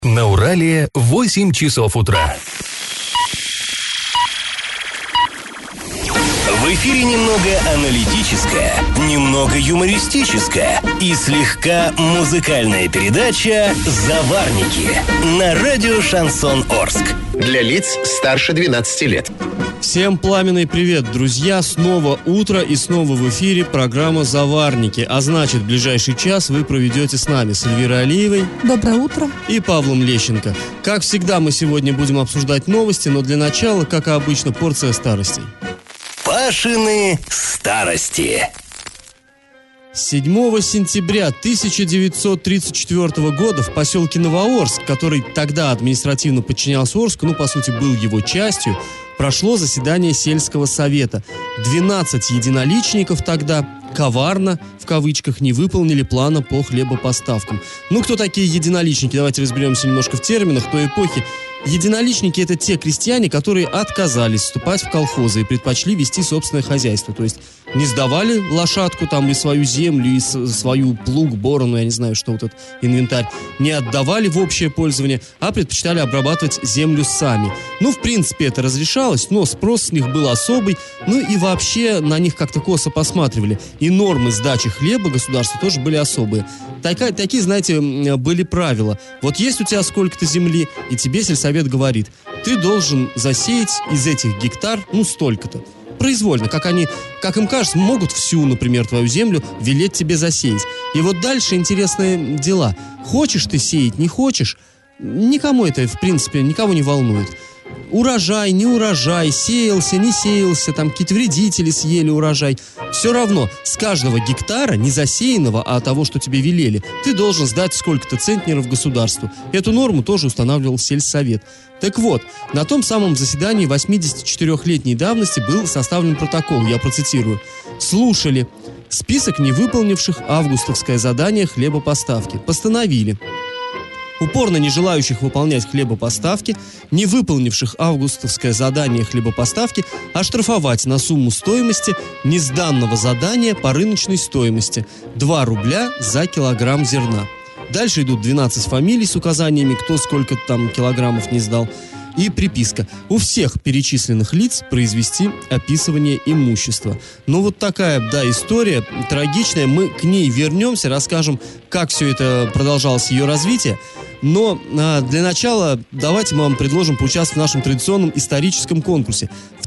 На Урале 8 часов утра. В эфире немного аналитическая, немного юмористическая и слегка музыкальная передача «Заварники» на радио «Шансон Орск». Для лиц старше 12 лет. Всем пламенный привет, друзья! Снова утро и снова в эфире программа «Заварники». А значит, в ближайший час вы проведете с нами с Эльвирой Алиевой. Доброе утро. И Павлом Лещенко. Как всегда, мы сегодня будем обсуждать новости, но для начала, как и обычно, порция старостей. Пашины старости. 7 сентября 1934 года в поселке Новоорск, который тогда административно подчинялся Орску, по сути, был его частью, прошло заседание сельского совета. 12 единоличников тогда коварно, в кавычках, не выполнили плана по хлебопоставкам. Кто такие единоличники? Давайте разберемся немножко в терминах той эпохи. Единоличники – это те крестьяне, которые отказались вступать в колхозы и предпочли вести собственное хозяйство. То есть не сдавали лошадку и свою землю, и свою плуг, борону, я не знаю, что вот этот инвентарь, не отдавали в общее пользование, а предпочитали обрабатывать землю сами. В принципе, это разрешалось, но спрос с них был особый, и вообще на них как-то косо посматривали. И нормы сдачи хлеба государства тоже были особые. Такие, знаете, были правила. Вот есть у тебя сколько-то земли, и тебе сельсовет говорит, ты должен засеять из этих гектар, столько-то. Произвольно, как им кажется, могут всю, например, твою землю велеть тебе засеять. И вот дальше интересные дела. Хочешь ты сеять, не хочешь, никому это, в принципе, никого не волнует. Урожай, не урожай, сеялся, не сеялся, какие-то вредители съели урожай. Все равно, с каждого гектара, не засеянного, а того, что тебе велели, ты должен сдать сколько-то центнеров государству. Эту норму тоже устанавливал сельсовет. Так вот, на том самом заседании 84-летней давности был составлен протокол, я процитирую. Слушали список невыполнивших августовское задание хлебопоставки. Постановили. Упорно не желающих выполнять хлебопоставки, не выполнивших августовское задание хлебопоставки, оштрафовать на сумму стоимости несданного задания по рыночной стоимости 2 рубля за килограмм зерна. Дальше идут 12 фамилий с указаниями, кто сколько килограммов не сдал. И приписка. У всех перечисленных лиц произвести описывание имущества. Вот такая, история трагичная. Мы к ней вернемся, расскажем, как все это продолжалось, ее развитие. Но для начала давайте мы вам предложим поучаствовать в нашем традиционном историческом конкурсе. В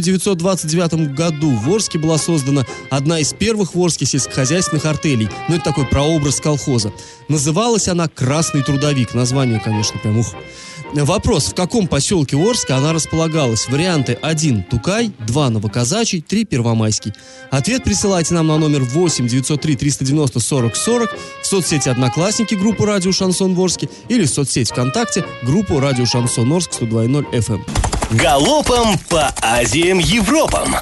1929 году в Орске была создана одна из первых в Орске сельскохозяйственных артелей. Это такой прообраз колхоза. Называлась она «Красный трудовик». Название, конечно, прям ух. Вопрос: в каком поселке Орска она располагалась? Варианты: 1 – Тукай, 2 – Новоказачий, 3 – Первомайский. Ответ присылайте нам на номер 8 903 390 40 40 в соцсети «Одноклассники» группу «Радио Шансон Орске» или в соцсети ВКонтакте группу «Радио Шансон Орск» 102.0 FM. Галопом по Азиям Европам.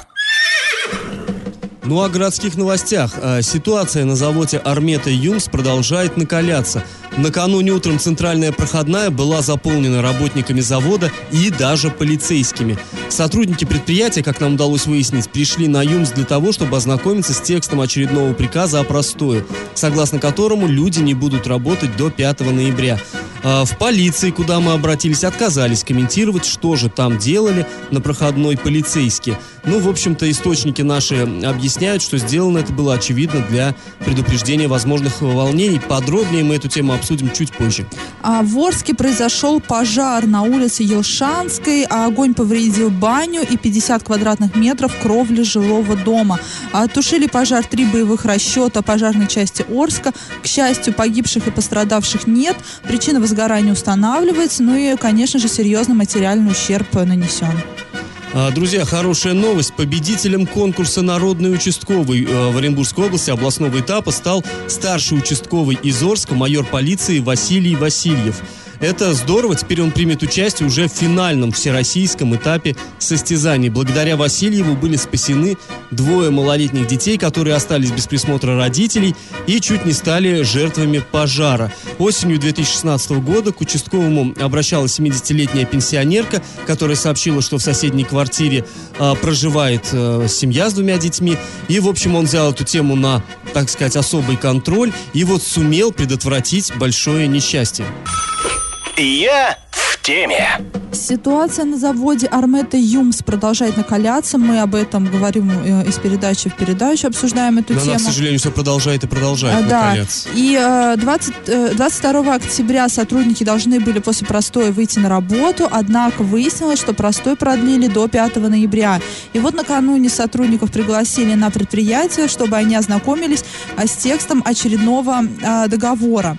О городских новостях. Ситуация на заводе «Армета Юмс» продолжает накаляться. Накануне утром центральная проходная была заполнена работниками завода и даже полицейскими. Сотрудники предприятия, как нам удалось выяснить, пришли на Юмс для того, чтобы ознакомиться с текстом очередного приказа о простое, согласно которому люди не будут работать до 5 ноября. В полиции, куда мы обратились, отказались комментировать, что же там делали на проходной полицейские. В общем-то, источники наши объясняют, что сделано это было, очевидно, для предупреждения возможных волнений. Подробнее мы эту тему обсудим чуть позже. В Орске произошел пожар на улице Елшанской. Огонь повредил баню и 50 квадратных метров кровли жилого дома. Тушили пожар 3 боевых расчета пожарной части Орска. К счастью, погибших и пострадавших нет. Причина возгорания устанавливается. И, конечно же, серьезный материальный ущерб нанесен. Друзья, хорошая новость. Победителем конкурса «Народный участковый» в Оренбургской области областного этапа стал старший участковый из Орска, майор полиции Василий Васильев. Это здорово, теперь он примет участие уже в финальном всероссийском этапе состязаний. Благодаря Васильеву были спасены 2 малолетних детей, которые остались без присмотра родителей и чуть не стали жертвами пожара. Осенью 2016 года к участковому обращалась 70-летняя пенсионерка, которая сообщила, что в соседней квартире проживает семья с 2 детьми. И, в общем, он взял эту тему на, так сказать, особый контроль и сумел предотвратить большое несчастье. Я в теме. Ситуация на заводе Армета Юмс продолжает накаляться. Мы об этом говорим из передачи в передачу, обсуждаем эту тему. Она, к сожалению, все продолжает и продолжает накаляться. И 22 октября сотрудники должны были после простоя выйти на работу, однако выяснилось, что простой продлили до 5 ноября. И вот накануне сотрудников пригласили на предприятие, чтобы они ознакомились с текстом очередного договора.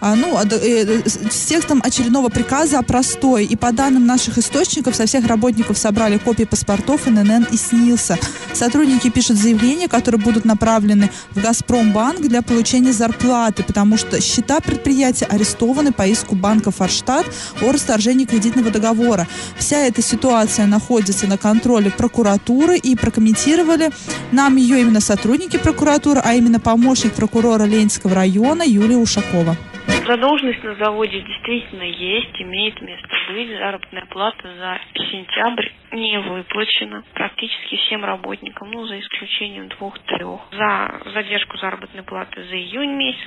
С текстом очередного приказа о простой. И по данным наших источников, со всех работников собрали копии паспортов ННН и СНИЛСа. Сотрудники пишут заявления, которые будут направлены в Газпромбанк для получения зарплаты, потому что счета предприятия арестованы по иску банка Форштадт о расторжении кредитного договора. Вся эта ситуация находится на контроле прокуратуры, и прокомментировали нам ее именно сотрудники прокуратуры, а именно помощник прокурора Ленинского района Юлия Ушакова. Задолженность на заводе действительно есть, имеет место быть. Заработная плата за сентябрь не выплачена практически всем работникам, за исключением 2-3. За задержку заработной платы за июнь месяц,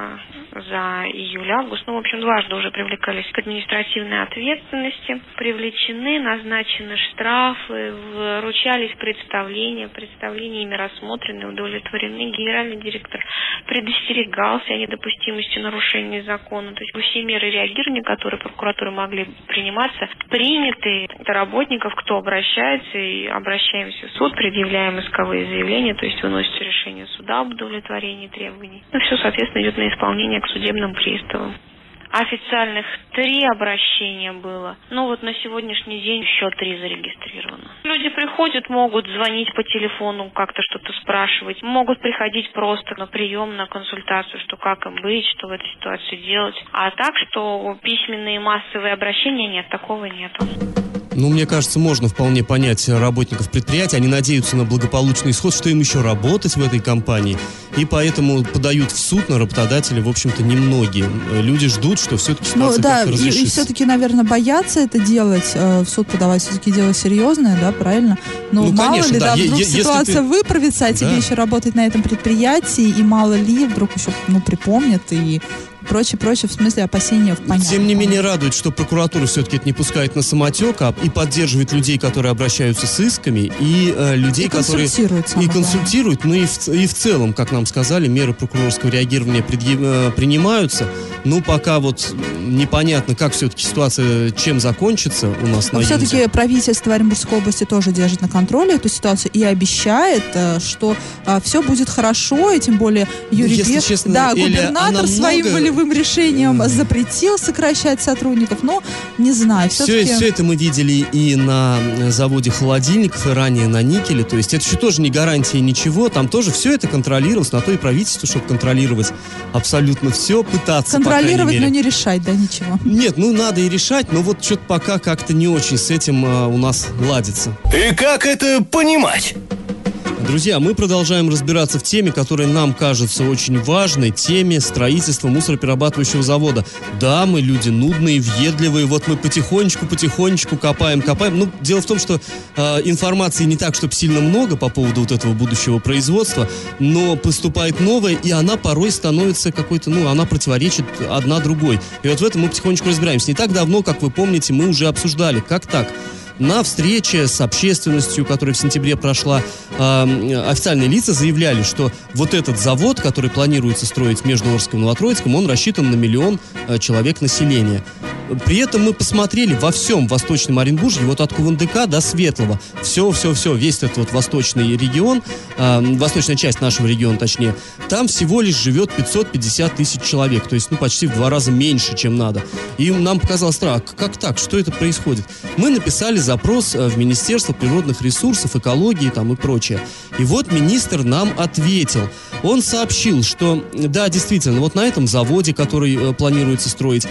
за июль-август. В общем, дважды уже привлекались к административной ответственности, привлечены, назначены штрафы, вручались представления ими рассмотрены, удовлетворены. Генеральный директор предостерегался о недопустимости нарушений закона. То есть все меры реагирования, которые прокуратуры могли приниматься, приняты. Это работников, кто обращается, и обращаемся в суд, предъявляем исковые заявления, то есть выносится решение суда об удовлетворении требований. Все, соответственно, идет на исполнение к судебным приставам. Официальных 3 обращения было. На сегодняшний день еще 3 зарегистрировано. Люди приходят, могут звонить по телефону, как-то что-то спрашивать. Могут приходить просто на прием, на консультацию, что как им быть, что в этой ситуации делать. А так, что письменные массовые обращения нет, такого нету. Мне кажется, можно вполне понять работников предприятия. Они надеются на благополучный исход, что им еще работать в этой компании. И поэтому подают в суд на работодателя, в общем-то, немногие. Люди ждут, что все-таки ситуация как-то разрешится. И все-таки, наверное, боятся это делать, в суд подавать. Все-таки дело серьезное, да, правильно? Мало конечно, ли, да. Вдруг ситуация выправится, а тебе еще работать на этом предприятии, и мало ли, вдруг еще, припомнят, и прочее, в смысле опасения понятно. Тем не менее радует, что прокуратура все-таки это не пускает на самотек, и поддерживает людей, которые обращаются с исками, и людей, которые... консультируют, и в целом, как нам сказали, меры прокурорского реагирования принимаются. Пока непонятно, как все-таки ситуация, чем закончится у нас на Юмзе. Все-таки правительство Оренбургской области тоже держит на контроле эту ситуацию и обещает, что все будет хорошо, и тем более Юрий губернатор своим волевым решением запретил сокращать сотрудников, но не знаю. Все это мы видели и на заводе холодильников, и ранее на никеле, то есть это еще тоже не гарантия ничего, там тоже все это контролировалось, на то и правительство, чтобы контролировать абсолютно все, пытаться, контролировать, но не решать, да, ничего. Нет, надо и решать, но что-то пока как-то не очень с этим у нас ладится. И как это понимать? Друзья, мы продолжаем разбираться в теме, которая нам кажется очень важной, теме строительства мусороперерабатывающего завода. Да, мы люди нудные, въедливые, мы потихонечку копаем. Дело в том, что информации не так, чтобы сильно много по поводу этого будущего производства, но поступает новая, и она порой становится какой-то, она противоречит одна другой. И в этом мы потихонечку разбираемся. Не так давно, как вы помните, мы уже обсуждали, как так. На встрече с общественностью, которая в сентябре прошла, официальные лица заявляли, что этот завод, который планируется строить между Орском и Новотроицком, он рассчитан на 1 миллион человек населения. При этом мы посмотрели во всем Восточном Оренбурге, от Кувандыка до Светлого. Все, весь этот восточный регион, восточная часть нашего региона, точнее, там всего лишь живет 550 тысяч человек, то есть, почти в 2 раза меньше, чем надо. И нам показалось, как так, что это происходит? Мы написали запрос в Министерство природных ресурсов, экологии и прочее. И министр нам ответил. Он сообщил, что, да, действительно, на этом заводе, который планируется строить,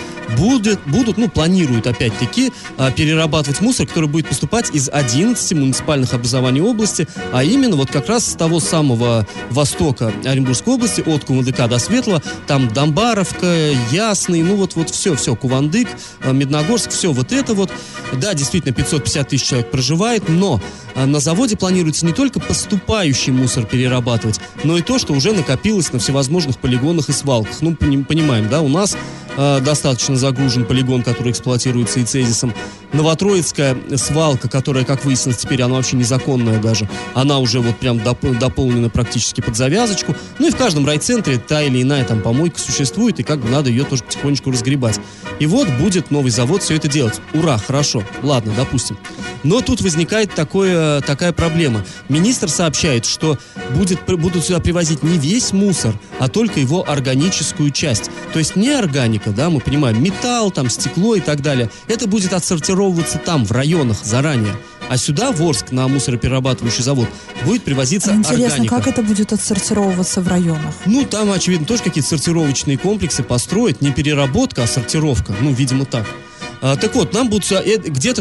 планируют опять-таки перерабатывать мусор, который будет поступать из 11 муниципальных образований области, а именно как раз с того самого востока Оренбургской области, от Кувандыка до Светлого, там Домбаровка, Ясный, все, Кувандык, Медногорск, все это. Да, действительно, 550 тысяч человек проживает, но на заводе планируется не только поступающий мусор перерабатывать, но и то, что уже накопилось на всевозможных полигонах и свалках. Понимаем, да, у нас достаточно загружен полигон, который эксплуатируется и ЦЭЗИСом. Новотроицкая свалка, которая, как выяснилось, теперь она вообще незаконная даже, она уже вот прям дополнена практически под завязочку. Ну и в каждом райцентре та или иная там помойка существует, и как бы надо ее тоже потихонечку разгребать. И вот будет новый завод все это делать. Ура, хорошо, ладно, допустим. Но тут возникает такая проблема. Министр сообщает, что будут сюда привозить не весь мусор, а только его органическую часть. То есть не органика, да, мы понимаем, металл, там, стекло и так далее. Это будет отсортировываться там, в районах заранее. А сюда, в Орск, на мусороперерабатывающий завод, будет привозиться органика. Интересно, как это будет отсортировываться в районах? Ну, там, очевидно, тоже какие-то сортировочные комплексы построить. Не переработка, а сортировка. Ну, видимо, так. Так вот, нам будет где-то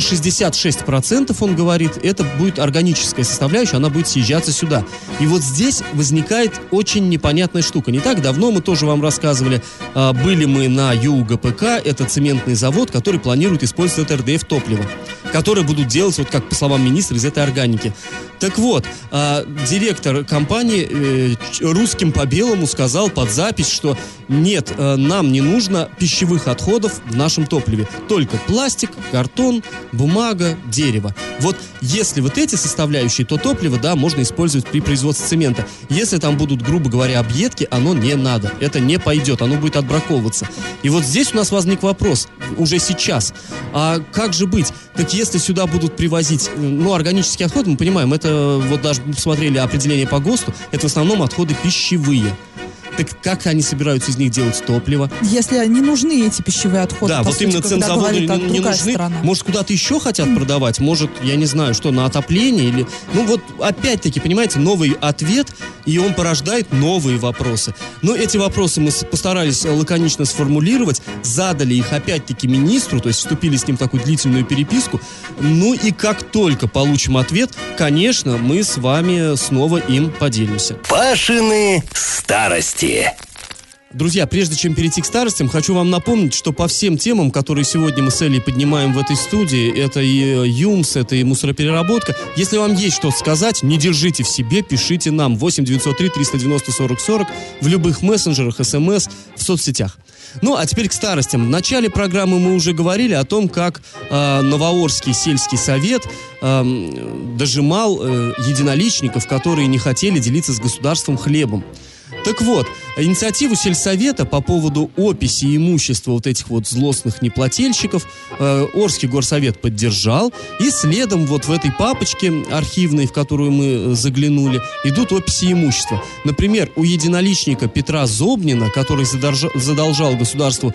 66%, он говорит, это будет органическая составляющая, она будет съезжаться сюда. И вот здесь возникает очень непонятная штука. Не так давно мы тоже вам рассказывали, были мы на ЮГПК, это цементный завод, который планирует использовать РДФ топливо, которое будут делать, вот как по словам министра, из этой органики. Так вот, директор компании русским по белому сказал под запись, что нет, нам не нужно пищевых отходов в нашем топливе, только пластик, картон, бумага, дерево. Вот если вот эти составляющие, то топливо, да, можно использовать при производстве цемента. Если там будут, грубо говоря, объедки, оно не надо, это не пойдет, оно будет отбраковываться. И вот здесь у нас возник вопрос, уже сейчас, а как же быть? Так если сюда будут привозить, ну, органические отходы, мы понимаем, это вот даже посмотрели определение по ГОСТу, это в основном отходы пищевые. Так как они собираются из них делать топливо? Если не нужны эти пищевые отходы, да, вот сути, именно цемзаводу не нужны. Страна. Может, куда-то еще хотят продавать? Может, я не знаю, что, на отопление? Или... Ну вот, опять-таки, понимаете, новый ответ, и он порождает новые вопросы. Но эти вопросы мы постарались лаконично сформулировать, задали их опять-таки министру, то есть вступили с ним в такую длительную переписку. Ну и как только получим ответ, конечно, мы с вами снова им поделимся. Пашины старости. Друзья, прежде чем перейти к старостям, хочу вам напомнить, что по всем темам, которые сегодня мы с Элей поднимаем в этой студии, это и ЮМС, это и мусоропереработка, если вам есть что сказать, не держите в себе, пишите нам 8-903-390-40-40 в любых мессенджерах, СМС, в соцсетях. Ну, а теперь к старостям. В начале программы мы уже говорили о том, как Новоорский сельский совет дожимал единоличников, которые не хотели делиться с государством хлебом. Так вот, инициативу сельсовета по поводу описи имущества вот этих вот злостных неплательщиков Орский горсовет поддержал, и следом вот в этой папочке архивной, в которую мы заглянули, идут описи имущества. Например, у единоличника Петра Зобнина, который задолжал государству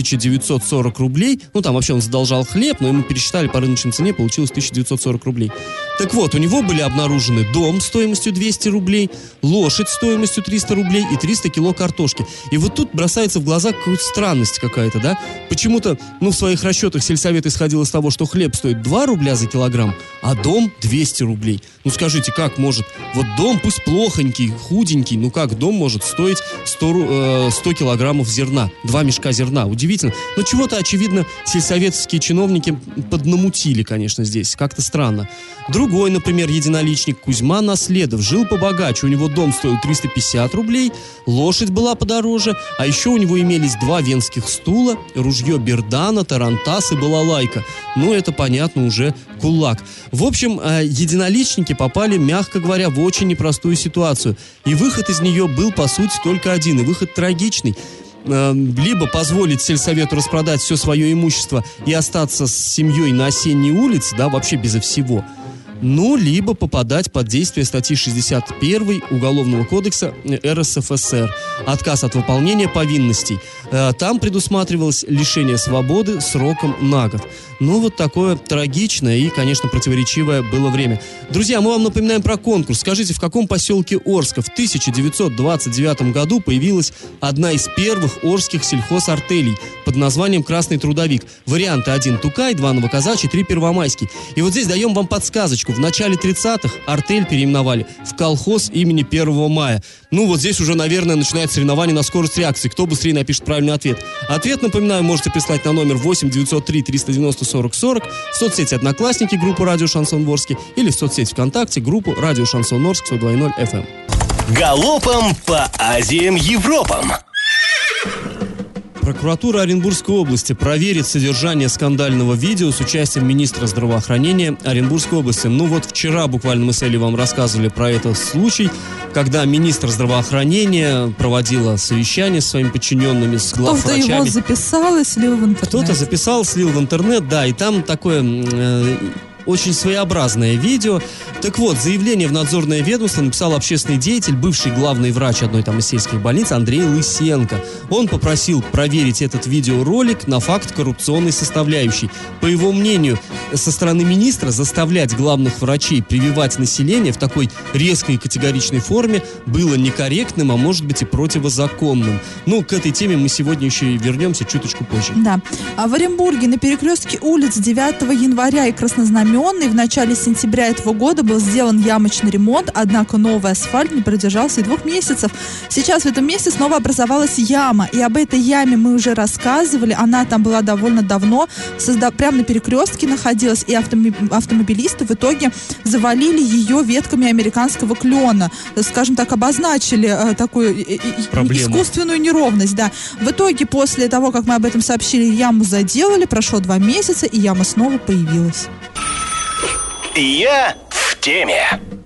1940 рублей, ну там вообще он задолжал хлеб, но ему пересчитали по рыночной цене, получилось 1940 рублей. Так вот, у него были обнаружены дом стоимостью 200 рублей, лошадь стоимостью 300 рублей и 300 кило картошки. И вот тут бросается в глаза какая-то странность какая-то, да? Почему-то, ну, в своих расчетах сельсовет исходил из того, что хлеб стоит 2 рубля за килограмм, а дом 200 рублей. Ну, скажите, как может? Вот дом, пусть плохонький, худенький, ну как дом может стоить 100 килограммов зерна, 2 мешка зерна? Удивительно. Но чего-то, очевидно, сельсоветские чиновники поднамутили, конечно, здесь. Как-то странно. Другой, например, единоличник Кузьма Наследов жил побогаче. У него дом стоил 350 рублей, лошадь была подороже, а еще у него имелись 2 венских стула, ружье Бердана, тарантас и балалайка. Ну, это, понятно, уже кулак. В общем, единоличники попали, мягко говоря, в очень непростую ситуацию. И выход из нее был, по сути, только один, и выход трагичный. Либо позволить сельсовету распродать все свое имущество и остаться с семьей на осенней улице, да, вообще безо всего. Ну, либо попадать под действие статьи 61 Уголовного кодекса РСФСР «Отказ от выполнения повинностей». Там предусматривалось лишение свободы сроком на год. Ну, вот такое трагичное и, конечно, противоречивое было время. Друзья, мы вам напоминаем про конкурс. Скажите, в каком поселке Орска в 1929 году появилась одна из первых орских сельхозартелей под названием «Красный трудовик»? Варианты: 1 Тукай, 2 Новоказачий, 3 Первомайский. И вот здесь даем вам подсказочку. В начале 30-х артель переименовали в колхоз имени 1 мая. Ну, вот здесь уже, наверное, начинается соревнование на скорость реакции. Кто быстрее напишет правильный ответ. Ответ, напоминаю, можете прислать на номер 8-903-390-40-40, в соцсети «Одноклассники» группу «Радио Шансон Орск» или в соцсети ВКонтакте группу «Радио Шансон Орск» 102.0 FM. Галопом по Азиям Европам. Прокуратура Оренбургской области проверит содержание скандального видео с участием министра здравоохранения Оренбургской области. Ну вот вчера буквально мы с Элей вам рассказывали про этот случай, когда министр здравоохранения проводила совещание со своими подчиненными, с главврачами. Кто-то его записал и слил в интернет. Кто-то записал, слил в интернет, да, и там такое... очень своеобразное видео. Так вот, заявление в надзорное ведомство написал общественный деятель, бывший главный врач одной там из сельских больниц Андрей Лысенко. Он попросил проверить этот видеоролик на факт коррупционной составляющей. По его мнению, со стороны министра заставлять главных врачей прививать население в такой резкой и категоричной форме было некорректным, а может быть и противозаконным. Ну, к этой теме мы сегодня еще и вернемся чуточку позже. Да. А в Оренбурге на перекрестке улиц 9 января и Краснознаменной в начале сентября этого года был сделан ямочный ремонт, однако новый асфальт не продержался и 2 месяцев. Сейчас в этом месте снова образовалась яма, и об этой яме мы уже рассказывали. Она там была довольно давно, прямо на перекрестке находилась, и автомобилисты в итоге завалили ее ветками американского клена. Скажем так, обозначили такую искусственную неровность. Да. В итоге, после того, как мы об этом сообщили, яму заделали, прошло 2 месяца, и яма снова появилась. Я в теме.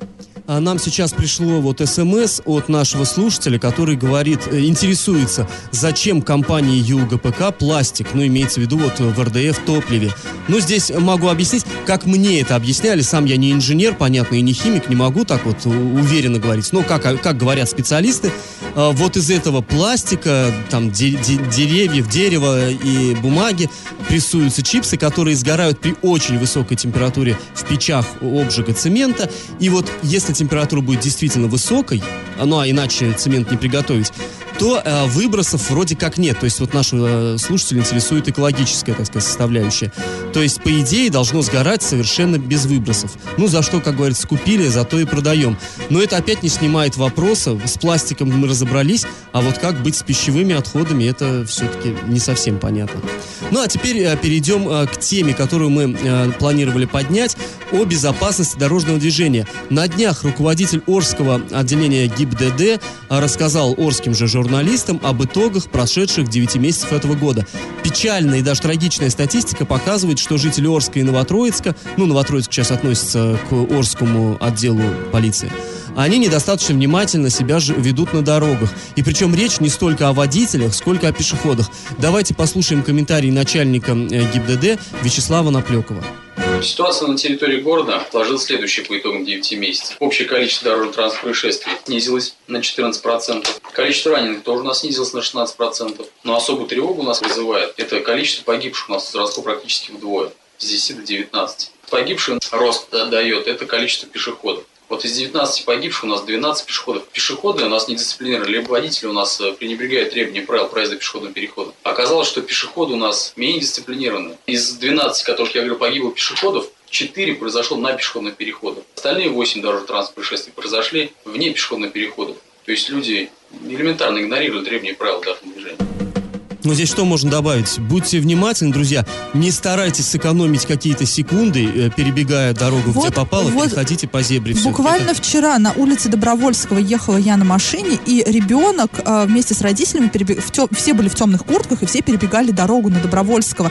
А нам сейчас пришло вот СМС от нашего слушателя, который говорит, интересуется, зачем компании ЮГПК пластик, ну, имеется в виду вот в РДФ топливе. Ну, здесь могу объяснить, как мне это объясняли. Сам я не инженер, понятно, и не химик, не могу так вот уверенно говорить. Но как говорят специалисты, вот из этого пластика, там, деревьев, дерева и бумаги прессуются чипсы, которые сгорают при очень высокой температуре в печах обжига цемента. И вот если температура будет действительно высокой, ну а иначе цемент не приготовить, то выбросов вроде как нет. То есть вот нашего слушателя интересует экологическая, так сказать, составляющая. То есть, по идее, должно сгорать совершенно без выбросов. Ну, за что, как говорится, купили, зато и продаем. Но это опять не снимает вопроса. С пластиком мы разобрались, а вот как быть с пищевыми отходами, это все-таки не совсем понятно. Ну, а теперь перейдем к теме, которую мы планировали поднять, о безопасности дорожного движения. На днях руководитель Орского отделения ГИБДД рассказал орским же журналистам об итогах прошедших 9 месяцев этого года. Печальная и даже трагичная статистика показывает, что жители Орска и Новотроицка, ну, Новотроицк сейчас относится к Орскому отделу полиции, они недостаточно внимательно себя ведут на дорогах. И причем речь не столько о водителях, сколько о пешеходах. Давайте послушаем комментарий начальника ГИБДД Вячеслава Наплекова. Ситуация на территории города сложилась следующая по итогам 9 месяцев. Общее количество дорожно-транспортных происшествий снизилось на 14%. Количество раненых тоже у нас снизилось на 16%. Но особую тревогу у нас вызывает это количество погибших у нас возросло практически вдвое, с 10 до 19. Погибшим рост дает это количество пешеходов. Вот из 19 погибших у нас 12 пешеходов. Пешеходы у нас не дисциплинированы, либо водители у нас пренебрегают требованиям правил проезда пешеходного перехода. Оказалось, что пешеходы у нас менее дисциплинированы. Из 12, которых я говорю, погибло пешеходов, 4 произошло на пешеходных переходах. Остальные 8 дорожно-транспортных происшествий произошли вне пешеходных переходов. То есть люди элементарно игнорируют требования правил дорожного движения. Ну, здесь что можно добавить? Будьте внимательны, друзья, не старайтесь сэкономить какие-то секунды, перебегая дорогу, где попало, переходите по зебре. Буквально вчера на улице Добровольского ехала я на машине, и ребенок вместе с родителями, все были в темных куртках, и все перебегали дорогу на Добровольского.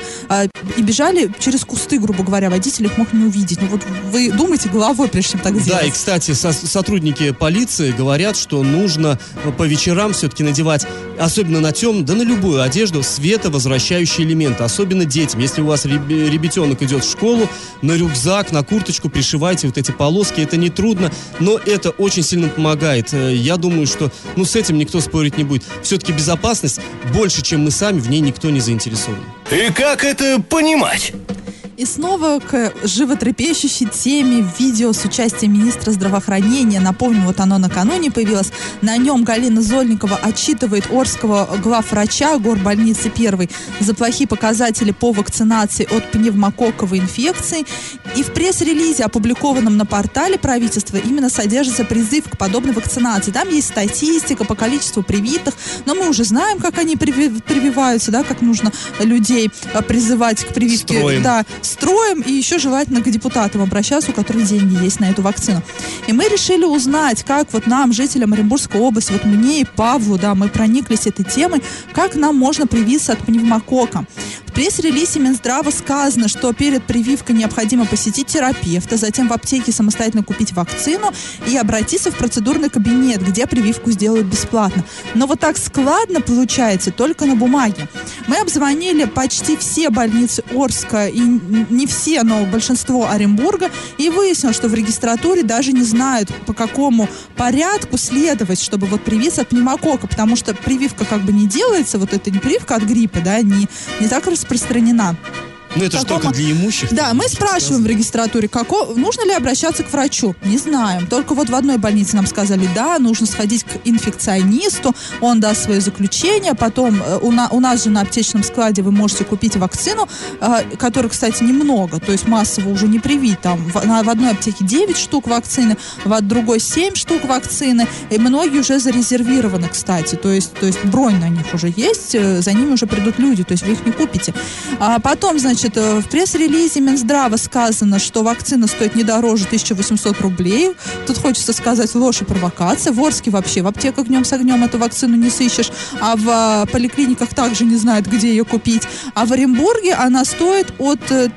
И бежали через кусты, грубо говоря, водитель их мог не увидеть. Ну вот вы думайте головой, прежде чем так сделать. Да, и, кстати, сотрудники полиции говорят, что нужно по вечерам все-таки надевать, особенно на да на любую одежду, световозвращающие элементы, особенно детям. Если у вас ребятенок идет в школу, на рюкзак, на курточку пришивайте вот эти полоски. Это не трудно, но это очень сильно помогает. Я думаю, что с этим никто спорить не будет. Все-таки безопасность больше, чем мы сами, в ней никто не заинтересован. И как это понимать? И снова к животрепещущей теме видео с участием министра здравоохранения. Напомню, вот оно накануне появилось. На нем Галина Зольникова отчитывает орского главврача горбольницы 1 за плохие показатели по вакцинации от пневмококковой инфекции. И в пресс-релизе, опубликованном на портале правительства, именно содержится призыв к подобной вакцинации. Там есть статистика по количеству привитых, но мы уже знаем, как они прививаются, да, как нужно людей призывать к прививке. Строем. Да, строем, и еще желательно к депутатам обращаться, у которых деньги есть на эту вакцину. И мы решили узнать, как вот нам, жителям Оренбургской области, вот мне и Павлу, да, мы прониклись этой темой, как нам можно привиться от пневмококка. В пресс-релизе Минздрава сказано, что перед прививкой необходимо посетить терапевта, затем в аптеке самостоятельно купить вакцину и обратиться в процедурный кабинет, где прививку сделают бесплатно. Но вот так складно получается только на бумаге. Мы обзвонили почти все больницы Орска, и не все, но большинство Оренбурга, и выяснилось, что в регистратуре даже не знают, по какому порядку следовать, чтобы вот привиться от пневмококка, потому что прививка как бы не делается, вот это не прививка от гриппа, да, не так распространена. Ну, это же только для имущих. Да, мы спрашиваем в регистратуре, нужно ли обращаться к врачу. Не знаем. Только вот в одной больнице нам сказали, да, нужно сходить к инфекционисту, он даст свое заключение, потом у нас же на аптечном складе вы можете купить вакцину, которой, кстати, немного, то есть массово уже не привить. Там в одной аптеке 9 штук вакцины, в другой 7 штук вакцины, и многие уже зарезервированы, кстати, то есть бронь на них уже есть, за ними уже придут люди, то есть вы их не купите. А потом, значит, в пресс-релизе Минздрава сказано, что вакцина стоит не дороже 1800 рублей. Тут хочется сказать ложь и провокация. В Орске вообще в аптеках днем с огнем эту вакцину не сыщешь, а в поликлиниках также не знают, где ее купить. А в Оренбурге она стоит от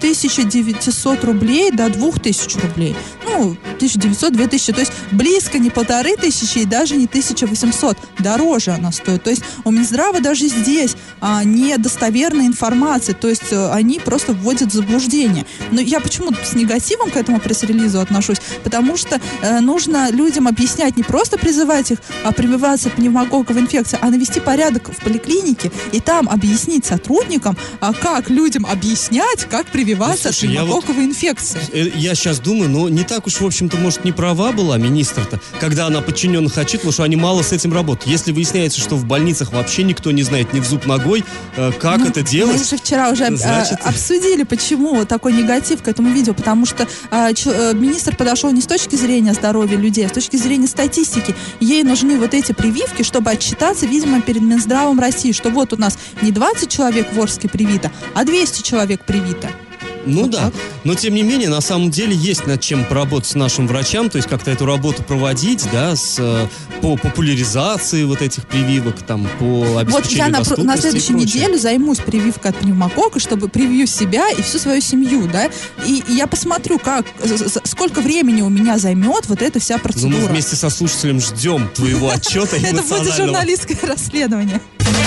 1900 рублей до 2000 рублей. Ну, 1900-2000, то есть близко не 1500 и даже не 1800. Дороже она стоит. То есть у Минздрава даже здесь недостоверная информация. То есть они просто вводят в заблуждение. Но я почему с негативом к этому пресс-релизу отношусь? Потому что нужно людям объяснять, не просто призывать их прививаться от пневмококковой инфекции, а навести порядок в поликлинике и там объяснить сотрудникам, как людям объяснять, как прививаться от пневмококковой инфекции. Я сейчас думаю, но не так уж, в общем-то, может, не права была министр-то, когда она подчиненных отчитывала, что они мало с этим работают. Если выясняется, что в больницах вообще никто не знает ни в зуб ногой, как это делать? Мы же вчера уже обсудили, почему такой негатив к этому видео, потому что министр подошел не с точки зрения здоровья людей, а с точки зрения статистики. Ей нужны вот эти прививки, чтобы отчитаться, видимо, перед Минздравом России, что вот у нас не 20 человек в Орске привито, а 200 человек привито. Ну вот да, так. Но тем не менее, на самом деле есть над чем поработать нашим врачам, то есть как-то эту работу проводить, да, по популяризации вот этих прививок, там, по обеспечению доступности. Вот я на следующей неделе займусь прививкой от пневмококка, чтобы привью себя и всю свою семью, да, и я посмотрю, сколько времени у меня займет вот эта вся процедура. Ну, мы вместе со слушателем ждем твоего отчета эмоционального. Это будет журналистское расследование.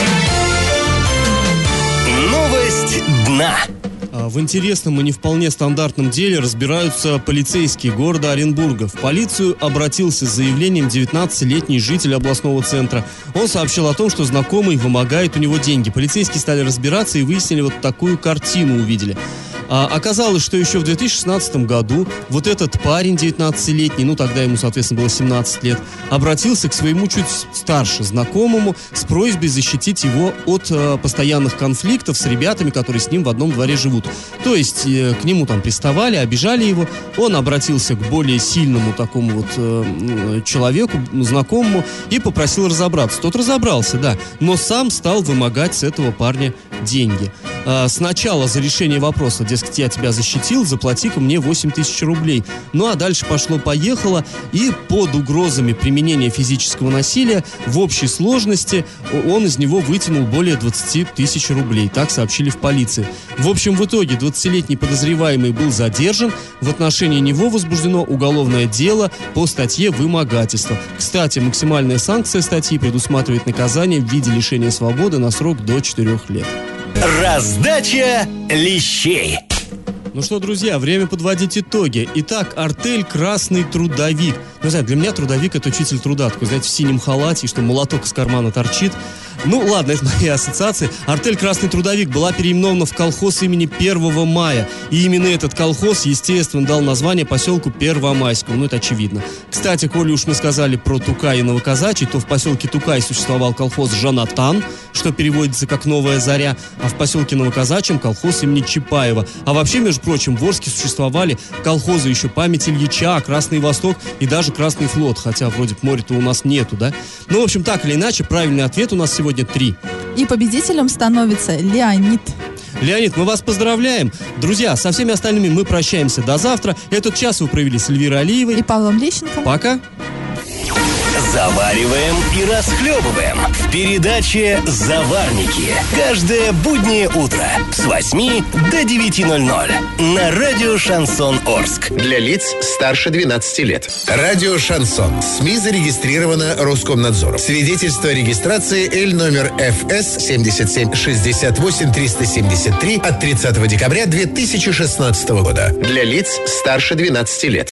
Новость дна. В интересном и не вполне стандартном деле разбираются полицейские города Оренбурга. В полицию обратился с заявлением 19-летний житель областного центра. Он сообщил о том, что знакомый вымогает у него деньги. Полицейские стали разбираться и выяснили, вот такую картину увидели. Оказалось, что еще в 2016 году вот этот парень 19-летний, ну тогда ему, соответственно, было 17 лет, обратился к своему чуть старше знакомому с просьбой защитить его от постоянных конфликтов с ребятами, которые с ним в одном дворе живут. То есть к нему там приставали, обижали его. Он обратился к более сильному такому вот человеку, знакомому, и попросил разобраться. Тот разобрался, да, но сам стал вымогать с этого парня деньги. Сначала за решение вопроса, дескать, я тебя защитил, заплати-ка мне 8000 рублей. Ну а дальше пошло-поехало, и под угрозами применения физического насилия в общей сложности он из него вытянул более 20 тысяч рублей. Так сообщили в полиции. В общем, в итоге 20-летний подозреваемый был задержан. В отношении него возбуждено уголовное дело по статье «Вымогательство». Кстати, максимальная санкция статьи предусматривает наказание в виде лишения свободы на срок до 4 лет. Раздача лещей. Ну что, друзья, время подводить итоги. Итак, артель «Красный трудовик». Ну, знаете, для меня трудовик — это учитель труда. Такой, знаете, в синем халате, что молоток из кармана торчит. Ну, ладно, это мои ассоциации. Артель «Красный трудовик» была переименована в колхоз имени 1 мая. И именно этот колхоз, естественно, дал название поселку Первомайскому. Ну, это очевидно. Кстати, коли уж мы сказали про Тукай и Новоказачий, то в поселке Тукай существовал колхоз «Жанатан», что переводится как «Новая заря», а в поселке Новоказачьем колхоз имени Чапаева. А вообще, между прочим, в Орске существовали колхозы еще «Память Ильича», «Красный Восток» и даже «Красный флот», хотя вроде моря-то у нас нету, да? Ну, в общем, так или иначе, правильный ответ у нас сегодня 3. И победителем становится Леонид. Леонид, мы вас поздравляем. Друзья, со всеми остальными мы прощаемся до завтра. Этот час вы провели с Эльвирой Алиевой и Павлом Лещенко. Пока. Завариваем и расхлебываем в передаче «Заварники». Каждое буднее утро с 8 до 9:00 на радио «Шансон Орск». Для лиц старше 12 лет. Радио «Шансон». СМИ зарегистрировано Роскомнадзором. Свидетельство о регистрации Л номер ФС 7768373 от 30 декабря 2016 года. Для лиц старше 12 лет.